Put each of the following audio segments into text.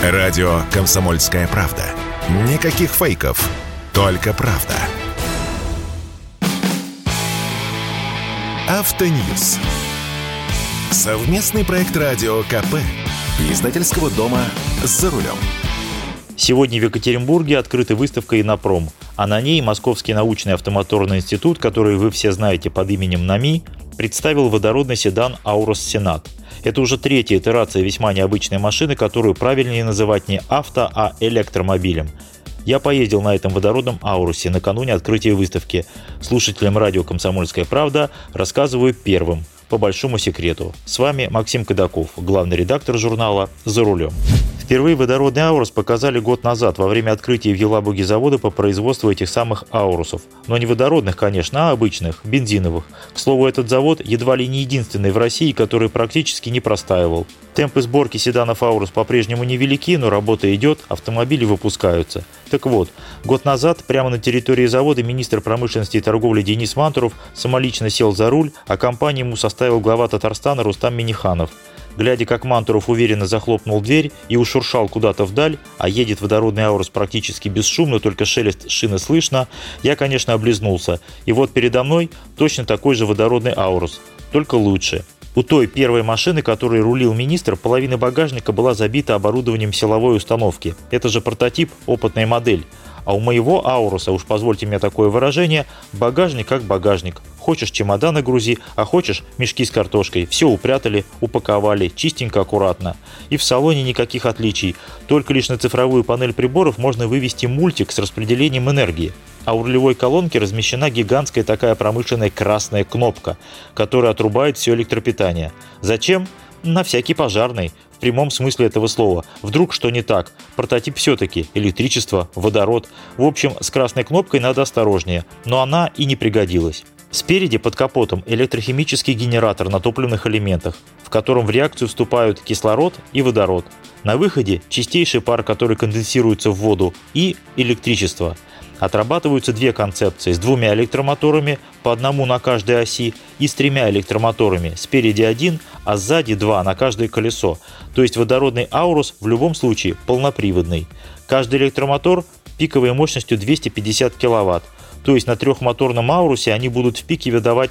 Радио «Комсомольская правда». Никаких фейков, только правда. Автоньюз. Совместный проект радио КП и издательского дома «За рулем». Сегодня в Екатеринбурге открыта выставка «Инопром», а на ней Московский научный автомоторный институт, который вы все знаете под именем НАМИ, представил водородный седан «Аурус Сенат». Это уже третья итерация весьма необычной машины, которую правильнее называть не авто, а электромобилем. Я поездил на этом водородном «Аурусе» накануне открытия выставки. Слушателям радио «Комсомольская правда» рассказываю первым, по большому секрету. С вами Максим Кадаков, главный редактор журнала «За рулем». Впервые водородный «Аурус» показали год назад во время открытия в Елабуге завода по производству этих самых «Аурусов». Но не водородных, конечно, а обычных, бензиновых. К слову, этот завод едва ли не единственный в России, который практически не простаивал. Темпы сборки седанов «Аурус» по-прежнему невелики, но работа идет, автомобили выпускаются. Так вот, год назад прямо на территории завода министр промышленности и торговли Денис Мантуров самолично сел за руль, а компанию ему составил глава Татарстана Рустам Минниханов. Глядя, как Мантуров уверенно захлопнул дверь и ушуршал куда-то вдаль, а едет водородный «Аурус» практически бесшумно, только шелест шины слышно, я, конечно, облизнулся. И вот передо мной точно такой же водородный «Аурус», только лучше. У той первой машины, которой рулил министр, половина багажника была забита оборудованием силовой установки. Это же прототип, опытная модель. А у моего «Ауруса», уж позвольте мне такое выражение, багажник как багажник. Хочешь чемоданы грузи, а хочешь мешки с картошкой. Все упрятали, упаковали, чистенько, аккуратно. И в салоне никаких отличий. Только лишь на цифровую панель приборов можно вывести мультик с распределением энергии. А у рулевой колонки размещена гигантская такая промышленная красная кнопка, которая отрубает все электропитание. Зачем? На всякий пожарный. В прямом смысле этого слова. Вдруг что не так? Прототип все-таки. Электричество, водород. В общем, с красной кнопкой надо осторожнее. Но она и не пригодилась. Спереди под капотом электрохимический генератор на топливных элементах, в котором в реакцию вступают кислород и водород. На выходе чистейший пар, который конденсируется в воду, и электричество. Отрабатываются две концепции с двумя электромоторами, по одному на каждой оси, и с тремя электромоторами, спереди один, а сзади два на каждое колесо. То есть водородный «Аурус» в любом случае полноприводный. Каждый электромотор пиковой мощностью 250 кВт. То есть на трехмоторном «Аурусе» они будут в пике выдавать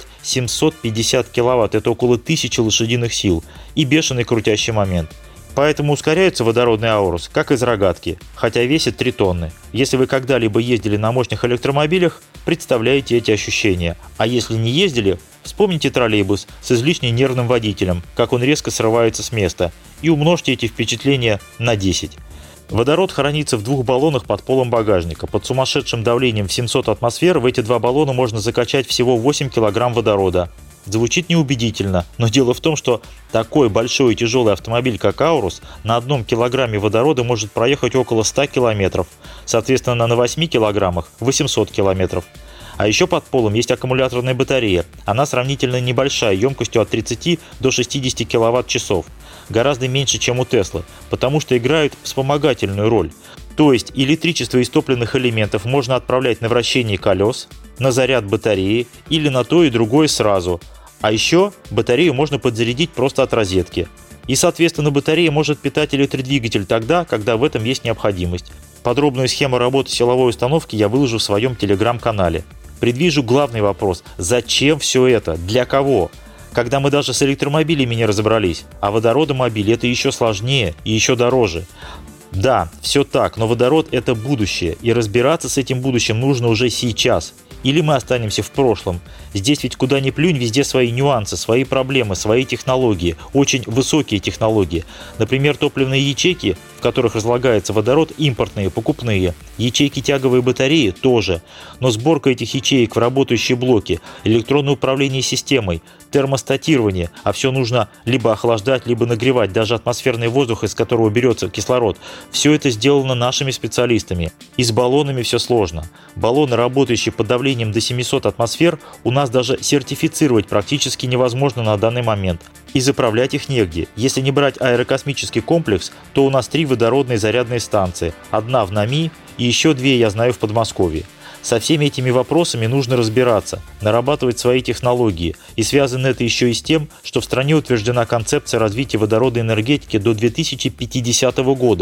750 кВт, это около 1000 лошадиных сил, и бешеный крутящий момент. Поэтому ускоряется водородный «Аурус» как из рогатки, хотя весит 3 тонны. Если вы когда-либо ездили на мощных электромобилях, представляете эти ощущения. А если не ездили, вспомните троллейбус с излишне нервным водителем, как он резко срывается с места, и умножьте эти впечатления на 10. Водород хранится в 2 баллонах под полом багажника. Под сумасшедшим давлением в 700 атмосфер в эти 2 баллона можно закачать всего 8 кг водорода. Звучит неубедительно, но дело в том, что такой большой и тяжелый автомобиль, как «Аурус», на 1 килограмме водорода может проехать около 100 километров. Соответственно, на 8 килограммах 800 километров. А еще под полом есть аккумуляторная батарея. Она сравнительно небольшая, емкостью от 30 до 60 киловатт-часов. Гораздо меньше, чем у Теслы, потому что играют вспомогательную роль. То есть электричество из топливных элементов можно отправлять на вращение колес, на заряд батареи или на то и другое сразу. А еще батарею можно подзарядить просто от розетки. И, соответственно, батарея может питать электродвигатель тогда, когда в этом есть необходимость. Подробную схему работы силовой установки я выложу в своем телеграм-канале. Предвижу главный вопрос – зачем все это? Для кого? Когда мы даже с электромобилями не разобрались. А водородомобиль – это еще сложнее и еще дороже. Да, все так, но водород – это будущее, и разбираться с этим будущим нужно уже сейчас. Или мы останемся в прошлом. Здесь ведь куда ни плюнь, везде свои нюансы, свои проблемы, свои технологии, очень высокие технологии. Например, топливные ячейки, в которых разлагается водород, импортные, покупные. Ячейки тяговой батареи тоже. Но сборка этих ячеек в работающие блоки, электронное управление системой, термостатирование, а все нужно либо охлаждать, либо нагревать, даже атмосферный воздух, из которого берется кислород. Все это сделано нашими специалистами. И с баллонами все сложно. Баллоны, работающие под давлением до 700 атмосфер, у нас даже сертифицировать практически невозможно на данный момент. И заправлять их негде. Если не брать аэрокосмический комплекс, то у нас 3 водородные зарядные станции. Одна в НАМИ и еще 2 я знаю в Подмосковье. Со всеми этими вопросами нужно разбираться, нарабатывать свои технологии. И связано это еще и с тем, что в стране утверждена концепция развития водородной энергетики до 2050 года.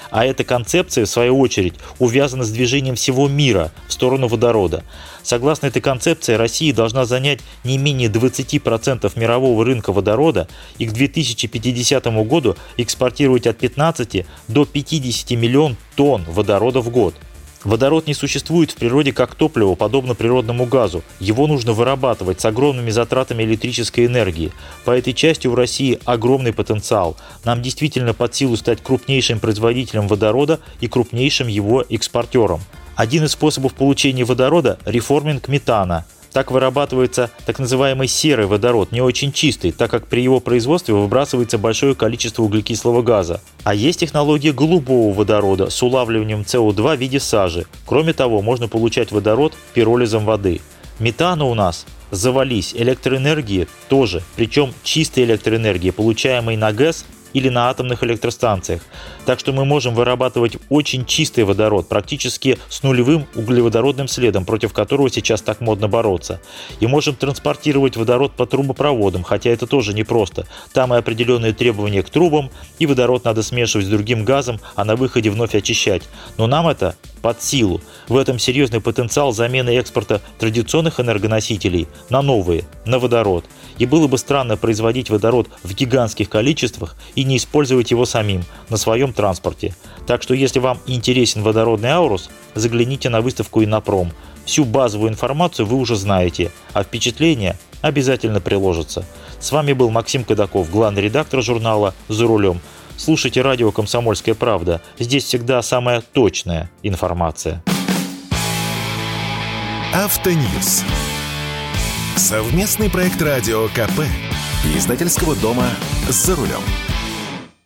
А эта концепция, в свою очередь, увязана с движением всего мира в сторону водорода. Согласно этой концепции, Россия должна занять не менее 20% мирового рынка водорода и к 2050 году экспортировать от 15 до 50 миллионов тонн водорода в год. Водород не существует в природе как топливо, подобно природному газу. Его нужно вырабатывать с огромными затратами электрической энергии. По этой части у России огромный потенциал. Нам действительно под силу стать крупнейшим производителем водорода и крупнейшим его экспортером. Один из способов получения водорода – реформинг метана. Так вырабатывается так называемый серый водород, не очень чистый, так как при его производстве выбрасывается большое количество углекислого газа. А есть технология голубого водорода с улавливанием СО2 в виде сажи. Кроме того, можно получать водород пиролизом воды. Метана у нас завались, электроэнергии тоже, причем чистой электроэнергии, получаемой на ГЭС или на атомных электростанциях. Так что мы можем вырабатывать очень чистый водород, практически с нулевым углеводородным следом, против которого сейчас так модно бороться. И можем транспортировать водород по трубопроводам, хотя это тоже непросто. Там и определенные требования к трубам, и водород надо смешивать с другим газом, а на выходе вновь очищать. Но нам это под силу. В этом серьезный потенциал замены экспорта традиционных энергоносителей на новые, на водород. И было бы странно производить водород в гигантских количествах и не использовать его самим на своем транспорте. Так что если вам интересен водородный Аурус, загляните на выставку Иннопром. Всю базовую информацию вы уже знаете, а впечатления обязательно приложатся. С вами был Максим Кадаков, главный редактор журнала «За рулем». Слушайте радио «Комсомольская правда». Здесь всегда самая точная информация. Автоньюз. Совместный проект радио КП и издательского дома «За рулем».